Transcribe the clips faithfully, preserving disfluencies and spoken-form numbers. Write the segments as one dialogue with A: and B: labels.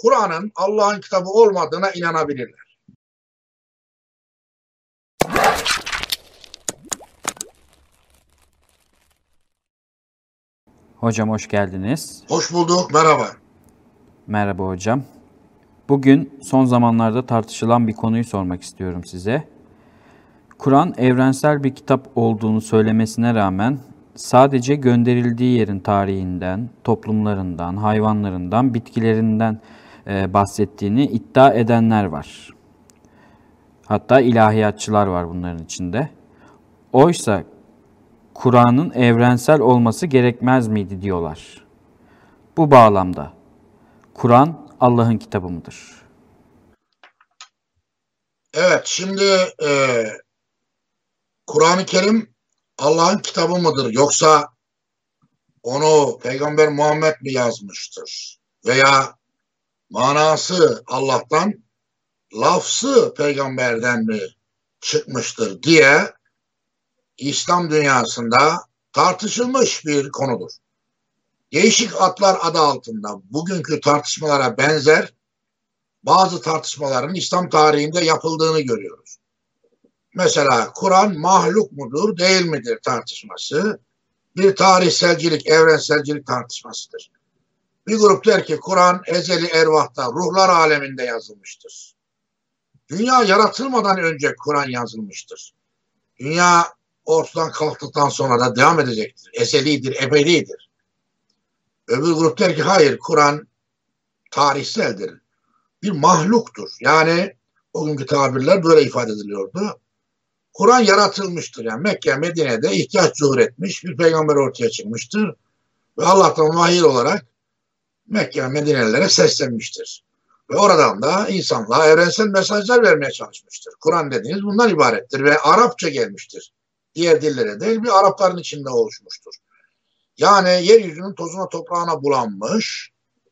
A: Kur'an'ın Allah'ın kitabı olmadığına inanabilirler.
B: Hocam hoş geldiniz.
A: Hoş bulduk, merhaba.
B: Merhaba hocam. Bugün son zamanlarda tartışılan bir konuyu sormak istiyorum size. Kur'an evrensel bir kitap olduğunu söylemesine rağmen sadece gönderildiği yerin tarihinden, toplumlarından, hayvanlarından, bitkilerinden e, bahsettiğini iddia edenler var. Hatta ilahiyatçılar var bunların içinde. Oysa Kur'an'ın evrensel olması gerekmez miydi diyorlar. Bu bağlamda Kur'an Allah'ın kitabı mıdır?
A: Evet, şimdi e, Kur'an-ı Kerim Allah'ın kitabı mıdır? Yoksa onu Peygamber Muhammed mi yazmıştır? Veya manası Allah'tan, lafzı peygamberden mi çıkmıştır diye İslam dünyasında tartışılmış bir konudur. Değişik adlar adı altında bugünkü tartışmalara benzer bazı tartışmaların İslam tarihinde yapıldığını görüyoruz. Mesela Kur'an mahluk mudur, değil midir tartışması bir tarihselcilik, evrenselcilik tartışmasıdır. Bir grup der ki Kur'an ezeli ervahta, ruhlar aleminde yazılmıştır. Dünya yaratılmadan önce Kur'an yazılmıştır. Dünya ortadan kalktıktan sonra da devam edecektir. Ezelidir, ebedidir. Öbür grup der ki hayır, Kur'an tarihseldir. Bir mahluktur. Yani o günkü tabirler böyle ifade ediliyordu. Kur'an yaratılmıştır. Yani Mekke, Medine'de ihtiyaç zuhur etmiş, bir peygamber ortaya çıkmıştır. Ve Allah'tan vahiy olarak Mekke ve Medinelilere seslenmiştir. Ve oradan da insanlığa evrensel mesajlar vermeye çalışmıştır. Kur'an dediğiniz bundan ibarettir ve Arapça gelmiştir. Diğer dillere değil, bir Arapların içinde oluşmuştur. Yani yeryüzünün tozuna toprağına bulanmış,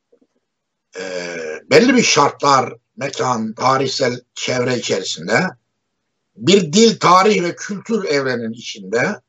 A: e, belli bir şartlar, mekan, tarihsel çevre içerisinde, bir dil, tarih ve kültür evrenin içinde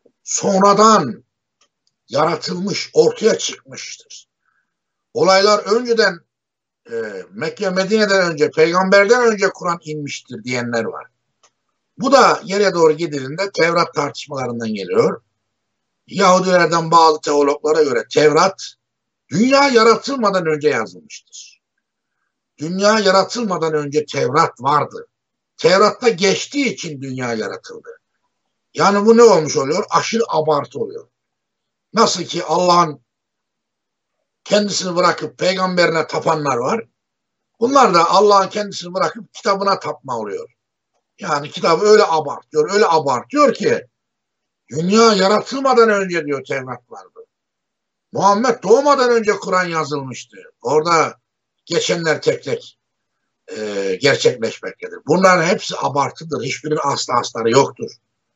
A: sonradan yaratılmış, ortaya çıkmıştır. Olaylar önceden e, Mekke, Medine'den önce, peygamberden önce Kur'an inmiştir diyenler var. Bu da yere doğru gidildiğinde Tevrat tartışmalarından geliyor. Yahudilerden bazı teologlara göre Tevrat dünya yaratılmadan önce yazılmıştır. Dünya yaratılmadan önce Tevrat vardı. Tevrat'ta geçtiği için dünya yaratıldı. Yani bu ne olmuş oluyor? Aşırı abartı oluyor. Nasıl ki Allah'ın kendisini bırakıp peygamberine tapanlar var. Bunlar da Allah'ın kendisini bırakıp kitabına tapma oluyor. Yani kitabı öyle abartıyor, öyle abartıyor ki dünya yaratılmadan önce diyor Tevrat vardı. Muhammed doğmadan önce Kur'an yazılmıştı. Orada geçenler tek tek e, gerçekleşmektedir. Bunların hepsi abartıdır. Hiçbirinin aslı astarı yoktur.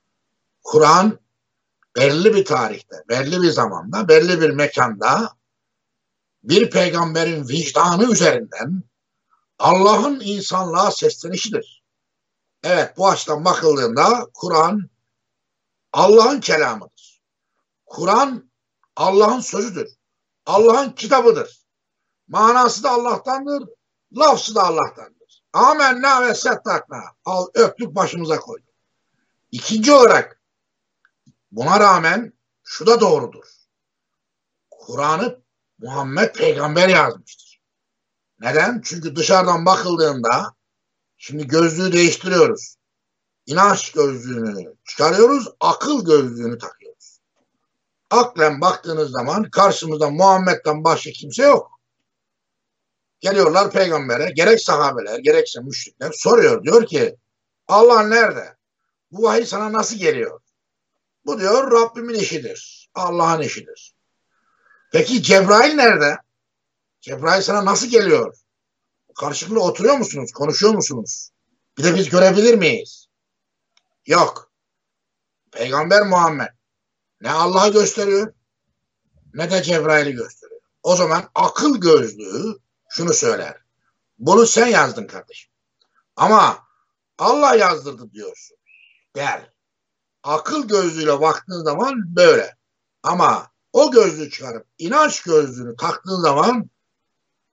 A: Kur'an belli bir tarihte, belli bir zamanda, belli bir mekanda bir peygamberin vicdanı üzerinden Allah'ın insanlığa seslenişidir. Evet, bu açıdan bakıldığında Kur'an Allah'ın kelamıdır. Kur'an Allah'ın sözüdür. Allah'ın kitabıdır. Manası da Allah'tandır, lafzı da Allah'tandır. Amenna ve settakna. Al öptük başımıza koyduk. İkinci olarak buna rağmen şu da doğrudur. Kur'an'ı Muhammed peygamber yazmıştır. Neden? Çünkü dışarıdan bakıldığında şimdi gözlüğü değiştiriyoruz. İnanç gözlüğünü çıkarıyoruz, akıl gözlüğünü takıyoruz. Aklen baktığınız zaman karşımızda Muhammed'den başka kimse yok. Geliyorlar peygambere, gerek sahabeler, gerekse müşrikler soruyor. Diyor ki Allah nerede? Bu vahiy sana nasıl geliyor? Bu diyor Rabbimin işidir. Allah'ın işidir. Peki Cebrail nerede? Cebrail sana nasıl geliyor? Karşılıklı oturuyor musunuz? Konuşuyor musunuz? Bir de biz görebilir miyiz? Yok. Peygamber Muhammed ne Allah'ı gösteriyor ne de Cebrail'i gösteriyor. O zaman akıl gözlüğü şunu söyler. Bunu sen yazdın kardeşim. Ama Allah yazdırdı diyorsun der. Akıl gözlüğüyle baktığın zaman böyle. Ama o gözlüğü çıkarıp inanç gözlüğünü taktığın zaman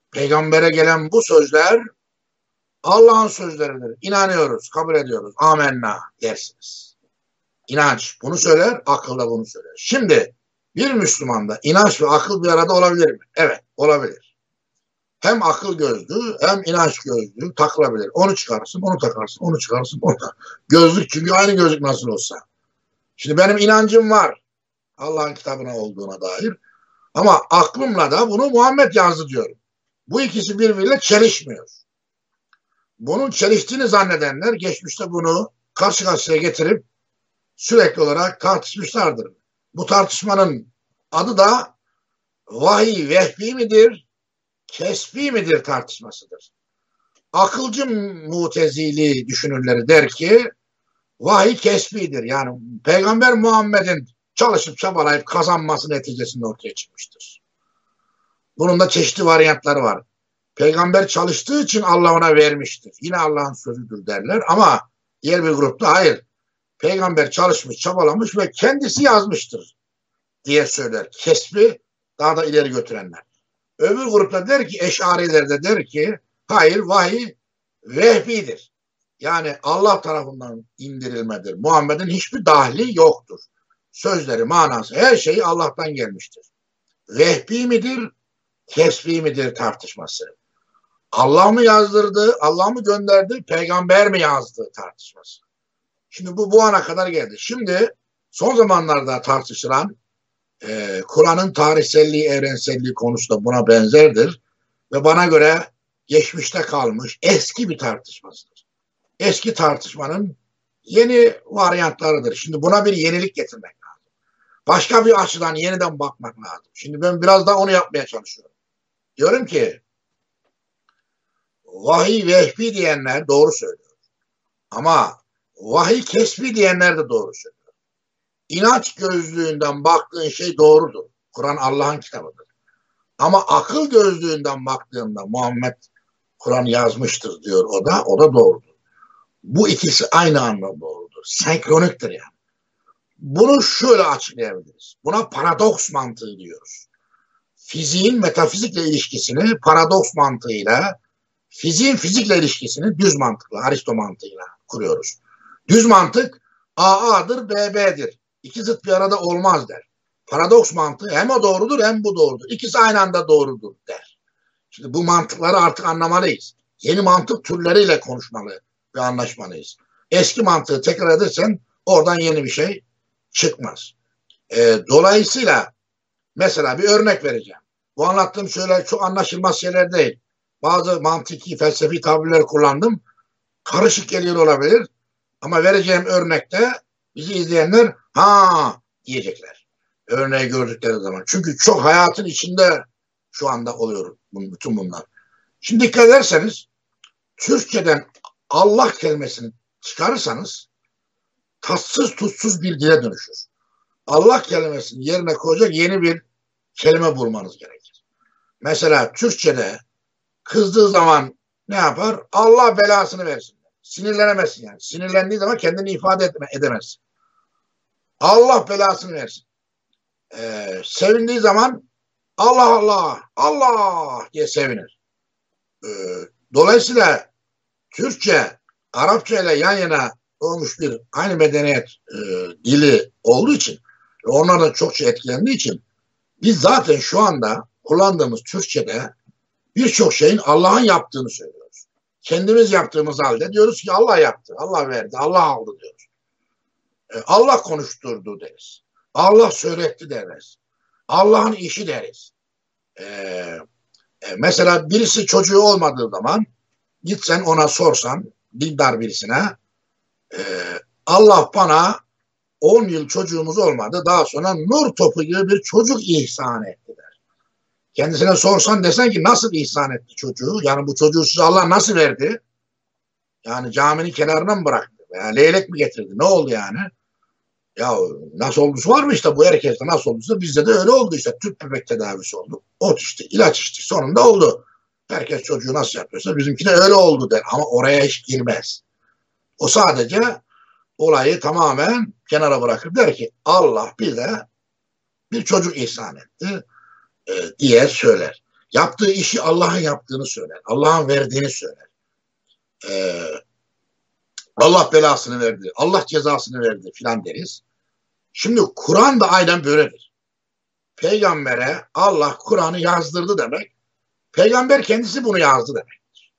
A: peygambere gelen bu sözler Allah'ın sözleridir. İnanıyoruz, kabul ediyoruz. Amenna dersiniz. İnanç bunu söyler, akıl da bunu söyler. Şimdi bir Müslümanda inanç ve akıl bir arada olabilir mi? Evet, olabilir. Hem akıl gözlüğü hem inanç gözlüğü takılabilir. Onu çıkarırsın, onu takarsın, onu çıkarırsın, onu tak. Gözlük çünkü aynı gözlük nasıl olsa. Şimdi benim inancım var Allah'ın kitabına olduğuna dair. Ama aklımla da bunu Muhammed yazdı diyorum. Bu ikisi birbiriyle çelişmiyor. Bunun çeliştiğini zannedenler geçmişte bunu karşı karşıya getirip sürekli olarak tartışmışlardır. Bu tartışmanın adı da vahiy vehbi midir, kesbi midir tartışmasıdır. Akılcı mutezili düşünürleri der ki vahiy kesbidir. Yani Peygamber Muhammed'in çalışıp çabalayıp kazanması neticesinde ortaya çıkmıştır. Bunun da çeşitli varyantları var. Peygamber çalıştığı için Allah ona vermiştir. Yine Allah'ın sözüdür derler ama diğer bir grupta hayır. Peygamber çalışmış, çabalamış ve kendisi yazmıştır diye söyler. Kesbi daha da ileri götürenler. Öbür grupta der ki, Eş'ariler de der ki, hayır vahiy vehbidir. Yani Allah tarafından indirilmedir. Muhammed'in hiçbir dahli yoktur. Sözleri, manası, her şeyi Allah'tan gelmiştir. Vehbi midir, kesbi midir tartışması. Allah mı yazdırdı, Allah mı gönderdi, peygamber mi yazdı tartışması. Şimdi bu bu ana kadar geldi. Şimdi son zamanlarda tartışılan e, Kur'an'ın tarihselliği, evrenselliği konusu da buna benzerdir. Ve bana göre geçmişte kalmış eski bir tartışmasıdır. Eski tartışmanın yeni varyantlarıdır. Şimdi buna bir yenilik getirmek lazım. Başka bir açıdan yeniden bakmak lazım. Şimdi ben biraz daha onu yapmaya çalışıyorum. Diyorum ki vahiy vehbi diyenler doğru söylüyor. Ama vahiy kesbi diyenler de doğru söylüyor. İnanç gözlüğünden baktığın şey doğrudur. Kur'an Allah'ın kitabıdır. Ama akıl gözlüğünden baktığında Muhammed Kur'an yazmıştır diyor o da. O da doğrudur. Bu ikisi aynı anda doğrudur. Senkroniktir yani. Bunu şöyle açıklayabiliriz. Buna paradoks mantığı diyoruz. Fiziğin metafizikle ilişkisini paradoks mantığıyla, fiziğin fizikle ilişkisini düz mantıkla, Aristo mantığıyla kuruyoruz. Düz mantık A A'dır, B B'dir. İki zıt bir arada olmaz der. Paradoks mantığı hem o doğrudur hem bu doğrudur. İkisi aynı anda doğrudur der. Şimdi bu mantıkları artık anlamalıyız. Yeni mantık türleriyle konuşmalı ve anlaşmalıyız. Eski mantığı tekrar edersen oradan yeni bir şey çıkmaz. E, dolayısıyla mesela bir örnek vereceğim. Bu anlattığım şeyler çok anlaşılmaz şeyler değil. Bazı mantıki, felsefi tabirler kullandım. Karışık geliyor olabilir. Ama vereceğim örnekte bizi izleyenler ha diyecekler. Örneği gördükleri zaman. Çünkü çok hayatın içinde şu anda oluyor bütün bunlar. Şimdi dikkat ederseniz Türkçeden Allah kelimesini çıkarırsanız tatsız tutsuz bir dile dönüşür. Allah kelimesinin yerine koyacak yeni bir kelime bulmanız gerekir. Mesela Türkçede kızdığı zaman ne yapar? Allah belasını versin. Sinirlenemezsin yani. Sinirlendiği zaman kendini ifade etme, edemezsin. Allah belasını versin. Ee, sevindiği zaman Allah Allah Allah diye sevinir. Ee, dolayısıyla Türkçe Arapça ile yan yana olmuş bir aynı medeniyet e, dili olduğu için ve onlardan çokça etkilendiği için biz zaten şu anda kullandığımız Türkçe'de birçok şeyin Allah'ın yaptığını söylüyoruz. Kendimiz yaptığımız halde diyoruz ki Allah yaptı, Allah verdi, Allah aldı diyoruz. E, Allah konuşturdu deriz. Allah söyletti deriz. Allah'ın işi deriz. E, e, mesela birisi çocuğu olmadığı zaman gitsen ona sorsan, dindar birisine e, Allah bana on yıl çocuğumuz olmadı, daha sonra nur topu gibi bir çocuk ihsan etti der. Kendisine sorsan desen ki nasıl ihsan etti çocuğu? Yani bu çocuğu size Allah nasıl verdi? Yani caminin kenarına mı bıraktı? Veya leylek mi getirdi? Ne oldu yani? Ya nasıl olduysa var mı işte bu herkeste nasıl olduysa bizde de öyle oldu işte. Tüp bebek tedavisi oldu. Ot içti, ilaç içti. Sonunda oldu. Herkes çocuğu nasıl yapıyorsa bizimki de öyle oldu der. Ama oraya hiç girmez. O sadece olayı tamamen kenara bırakıp der ki Allah bize bir çocuk ihsan etti e, diye söyler. Yaptığı işi Allah'ın yaptığını söyler. Allah'ın verdiğini söyler. Ee, Allah belasını verdi, Allah cezasını verdi filan deriz. Şimdi Kur'an da aynen böyledir. Peygambere Allah Kur'an'ı yazdırdı demek, peygamber kendisi bunu yazdı demektir.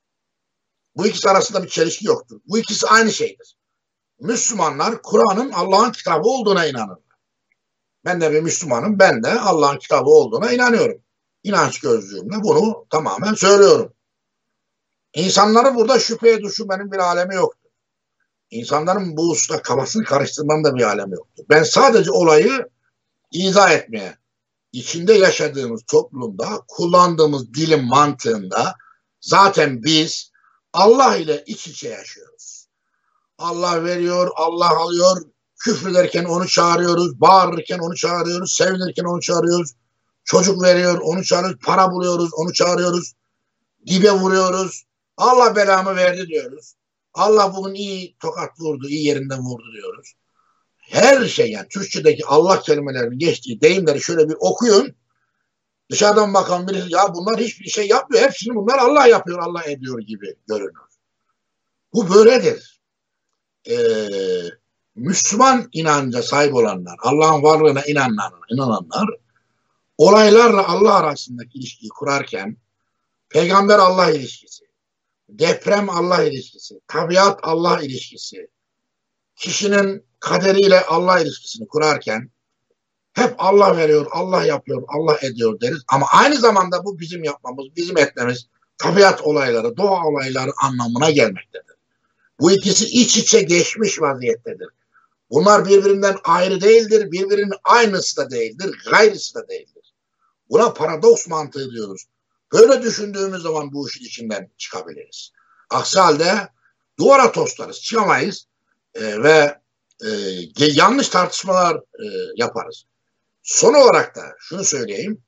A: Bu ikisi arasında bir çelişki yoktur. Bu ikisi aynı şeydir. Müslümanlar Kur'an'ın Allah'ın kitabı olduğuna inanırlar. Ben de bir Müslümanım, ben de Allah'ın kitabı olduğuna inanıyorum. İnanç gözlüğümle bunu tamamen söylüyorum. İnsanları burada şüpheye düşürmenin bir alemi yoktur. İnsanların bu hususta kafasını karıştırmanın da bir alemi yoktur. Ben sadece olayı izah etmeye, içinde yaşadığımız toplumda kullandığımız dilin mantığında zaten biz Allah ile iç içe yaşıyoruz. Allah veriyor, Allah alıyor, küfrederken onu çağırıyoruz, bağırırken onu çağırıyoruz, sevinirken onu çağırıyoruz, çocuk veriyor, onu çağırıyoruz, para buluyoruz, onu çağırıyoruz, dibe vuruyoruz, Allah belamı verdi diyoruz. Allah bugün iyi tokat vurdu, iyi yerinden vurdu diyoruz. Her şey, yani Türkçedeki Allah kelimelerinin geçtiği deyimleri şöyle bir okuyun. Dışarıdan bakan birisi ya bunlar hiçbir şey yapmıyor. Hepsini bunlar Allah yapıyor, Allah ediyor gibi görünür. Bu böyledir. Ee, Müslüman inanca sahip olanlar, Allah'ın varlığına inananlar, inananlar olaylarla Allah arasındaki ilişkiyi kurarken peygamber Allah ilişkisi, deprem Allah ilişkisi, tabiat Allah ilişkisi, kişinin kaderiyle Allah ilişkisini kurarken hep Allah veriyor, Allah yapıyor, Allah ediyor deriz. Ama aynı zamanda bu bizim yapmamız, bizim etmemiz tabiat olayları, doğa olayları anlamına gelmektedir. Bu ikisi iç içe geçmiş vaziyettedir. Bunlar birbirinden ayrı değildir, birbirinin aynısı da değildir, gayrısı da değildir. Buna paradoks mantığı diyoruz. Böyle düşündüğümüz zaman bu işin içinden çıkabiliriz. Aksi halde duvara toslarız, çıkamayız e, ve e, yanlış tartışmalar e, yaparız. Son olarak da şunu söyleyeyim.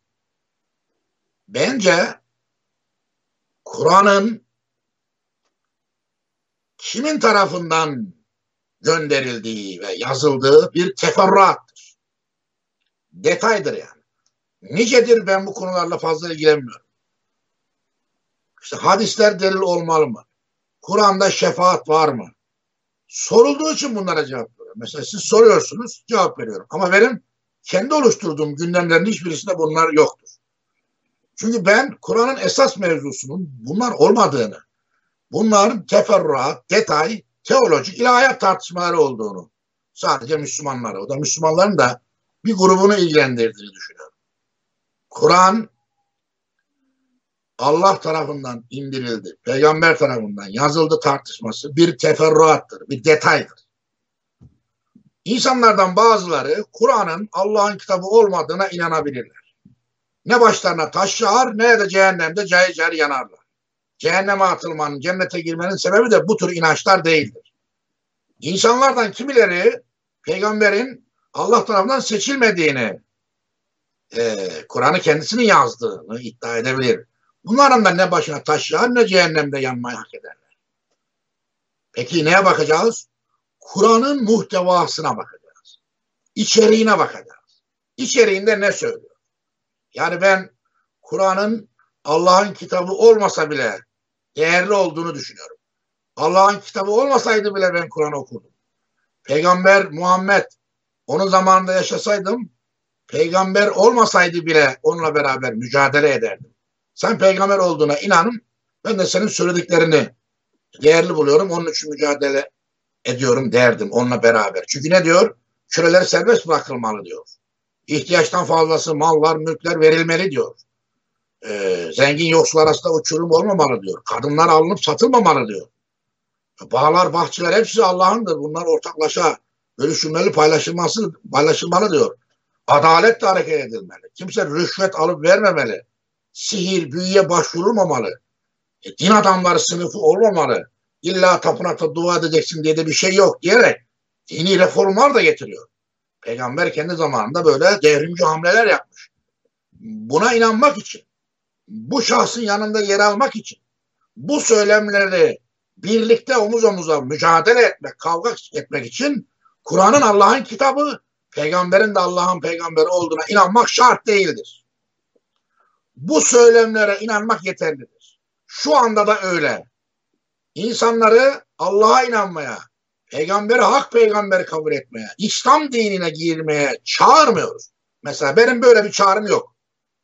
A: Bence Kur'an'ın kimin tarafından gönderildiği ve yazıldığı bir teferruattır. Detaydır yani. Nicedir, ben bu konularla fazla ilgilenmiyorum. İşte hadisler delil olmalı mı? Kur'an'da şefaat var mı? Sorulduğu için bunlara cevap veriyorum. Mesela siz soruyorsunuz, cevap veriyorum. Ama benim kendi oluşturduğum gündemlerin hiçbirisinde bunlar yoktur. Çünkü ben Kur'an'ın esas mevzusunun bunlar olmadığını, bunların teferruat, detay, teolojik, ilahiyat tartışmaları olduğunu, sadece Müslümanları, o da Müslümanların da bir grubunu ilgilendirdiğini düşünüyorum. Kur'an Allah tarafından indirildi, peygamber tarafından yazıldı tartışması bir teferruattır, bir detaydır. İnsanlardan bazıları Kur'an'ın Allah'ın kitabı olmadığına inanabilirler. Ne başlarına taş yağar ne de cehennemde cayır cayır yanarlar. Cehenneme atılmanın, cennete girmenin sebebi de bu tür inançlar değildir. İnsanlardan kimileri peygamberin Allah tarafından seçilmediğini, e, Kur'an'ı kendisinin yazdığını iddia edebilir. Bunların da ne başına taş yağar ne cehennemde yanmayı hak ederler. Peki neye bakacağız? Kur'an'ın muhtevasına bakacağız. İçeriğine bakacağız. İçeriğinde ne söylüyor? Yani ben Kur'an'ın Allah'ın kitabı olmasa bile değerli olduğunu düşünüyorum. Allah'ın kitabı olmasaydı bile ben Kur'an okurdum. Peygamber Muhammed onun zamanında yaşasaydım, peygamber olmasaydı bile onunla beraber mücadele ederdim. Sen peygamber olduğuna inanın, ben de senin söylediklerini değerli buluyorum, onun için mücadele ediyorum derdim onunla beraber. Çünkü ne diyor? Köleler serbest bırakılmalı diyor. İhtiyaçtan fazlası mallar, mülkler verilmeli diyor. Ee, zengin yoksul arasında uçurum olmamalı diyor. Kadınlar alınıp satılmamalı diyor. Bağlar, bahçeler hepsi Allah'ındır. Bunlar ortaklaşa bölüşülmeli, paylaşılması, paylaşılmalı diyor. Adaletle hareket edilmeli. Kimse rüşvet alıp vermemeli. Sihir, büyüye başvurulmamalı. E, din adamları sınıfı olmamalı. İlla tapınakta dua edeceksin diye de bir şey yok diyerek dini reformlar da getiriyor. Peygamber kendi zamanında böyle devrimci hamleler yapmış. Buna inanmak için, bu şahsın yanında yer almak için, bu söylemleri birlikte omuz omuza mücadele etmek, kavga etmek için Kur'an'ın Allah'ın kitabı, peygamberin de Allah'ın peygamberi olduğuna inanmak şart değildir. bu söylemlere inanmak yeterlidir. Şu anda da öyle. İnsanları Allah'a inanmaya, peygamberi hak peygamberi kabul etmeye, İslam dinine girmeye çağırmıyoruz. Mesela benim böyle bir çağrım yok.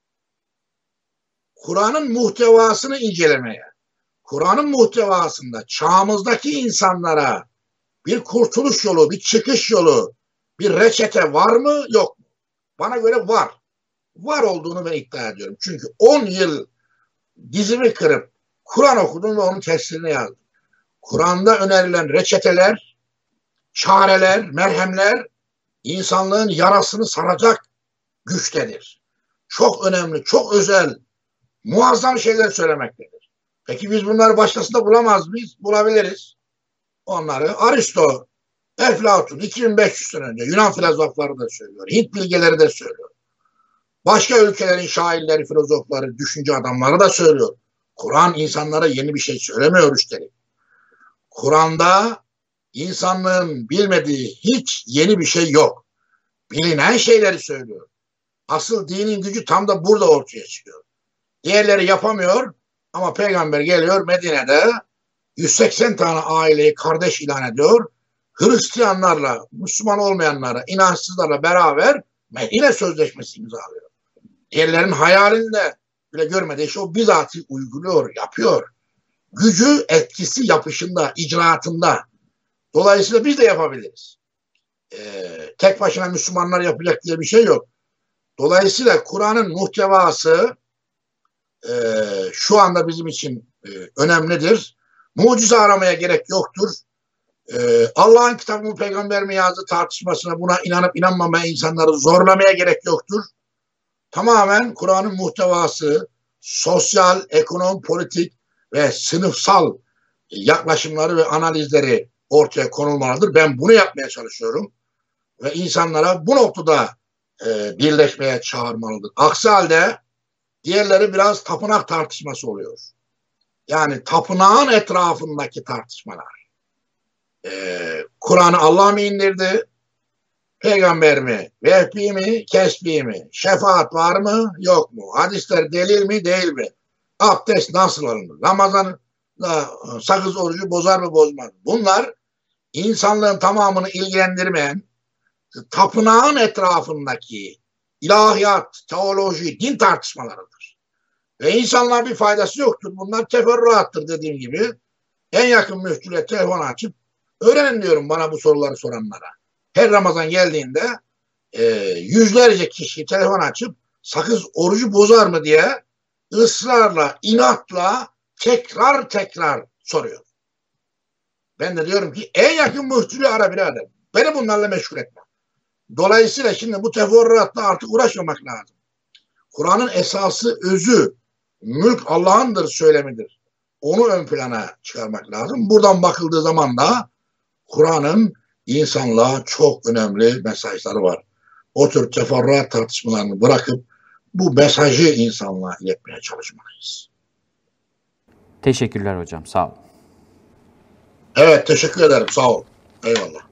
A: Kur'an'ın muhtevasını incelemeye, Kur'an'ın muhtevasında çağımızdaki insanlara bir kurtuluş yolu, bir çıkış yolu, bir reçete var mı yok mu? Bana göre var. Var olduğunu ben iddia ediyorum. Çünkü on yıl dizimi kırıp Kur'an okudum ve onun tefsirini yazdım. Kur'an'da önerilen reçeteler, çareler, merhemler insanlığın yarasını saracak güçtedir. Çok önemli, çok özel, muazzam şeyler söylemektedir. Peki biz bunları başkasında bulamaz mıyız? Bulabiliriz. Onları Aristo, Eflatun iki bin beş yüz sene önce Yunan filozofları da söylüyor. Hint bilgeleri de söylüyor. Başka ülkelerin şairleri, filozofları, düşünce adamları da söylüyor. Kur'an insanlara yeni bir şey söylemiyor üstelik. Kur'an'da insanlığın bilmediği hiç yeni bir şey yok. Bilinen şeyleri söylüyor. Asıl dinin gücü tam da burada ortaya çıkıyor. Diğerleri yapamıyor ama peygamber geliyor Medine'de yüz seksen tane aileyi kardeş ilan ediyor. Hristiyanlarla, Müslüman olmayanlara, inançsızlarla beraber Medine Sözleşmesi imzalıyor. Diğerlerin hayalinde bile görmediği şey o bizatihi uyguluyor, yapıyor. Gücü, etkisi yapışında, icraatında. Dolayısıyla biz de yapabiliriz. Ee, tek başına Müslümanlar yapacak diye bir şey yok. Dolayısıyla Kur'an'ın muhtevası e, şu anda bizim için e, önemlidir. Mucize aramaya gerek yoktur. E, Allah'ın kitabı mı peygamber mi yazdı tartışmasına buna inanıp inanmamaya insanları zorlamaya gerek yoktur. Tamamen Kur'an'ın muhtevası sosyal, ekonomik, politik ve sınıfsal yaklaşımları ve analizleri ortaya konulmalıdır. Ben bunu yapmaya çalışıyorum ve insanlara bu noktada e, birleşmeye çağırmalıdır. Aksi halde diğerleri biraz tapınak tartışması oluyor. Yani tapınağın etrafındaki tartışmalar. E, Kur'an'ı Allah mı indirdi? Peygamber mi? Vehbi mi? Kesbi mi? Şefaat var mı? Yok mu? Hadisler delil mi? Değil mi? Abdest nasıl alınır? Ramazan sakız orucu bozar mı bozmaz mı? Bunlar insanlığın tamamını ilgilendirmeyen tapınağın etrafındaki ilahiyat, teoloji, din tartışmalarıdır. Ve insanlığa bir faydası yoktur. Bunlar teferruattır dediğim gibi. En yakın müftüyle telefon açıp öğrenin diyorum bana bu soruları soranlara. Her Ramazan geldiğinde e, yüzlerce kişi telefon açıp sakız orucu bozar mı diye ısrarla, inatla tekrar tekrar soruyor. Ben de diyorum ki en yakın müftülüğü ara birader. Beni bunlarla meşgul etme. Dolayısıyla şimdi bu teferruatla artık uğraşmamak lazım. Kur'an'ın esası, özü, mülk Allah'ındır söylemidir. Onu ön plana çıkarmak lazım. Buradan bakıldığı zaman da Kur'an'ın insanlığa çok önemli mesajları var. O tür teferruat tartışmalarını bırakıp bu mesajı insanlığa iletmeye çalışmalıyız.
B: Teşekkürler hocam. Sağ olun.
A: Evet, teşekkür ederim. Sağ ol. Eyvallah.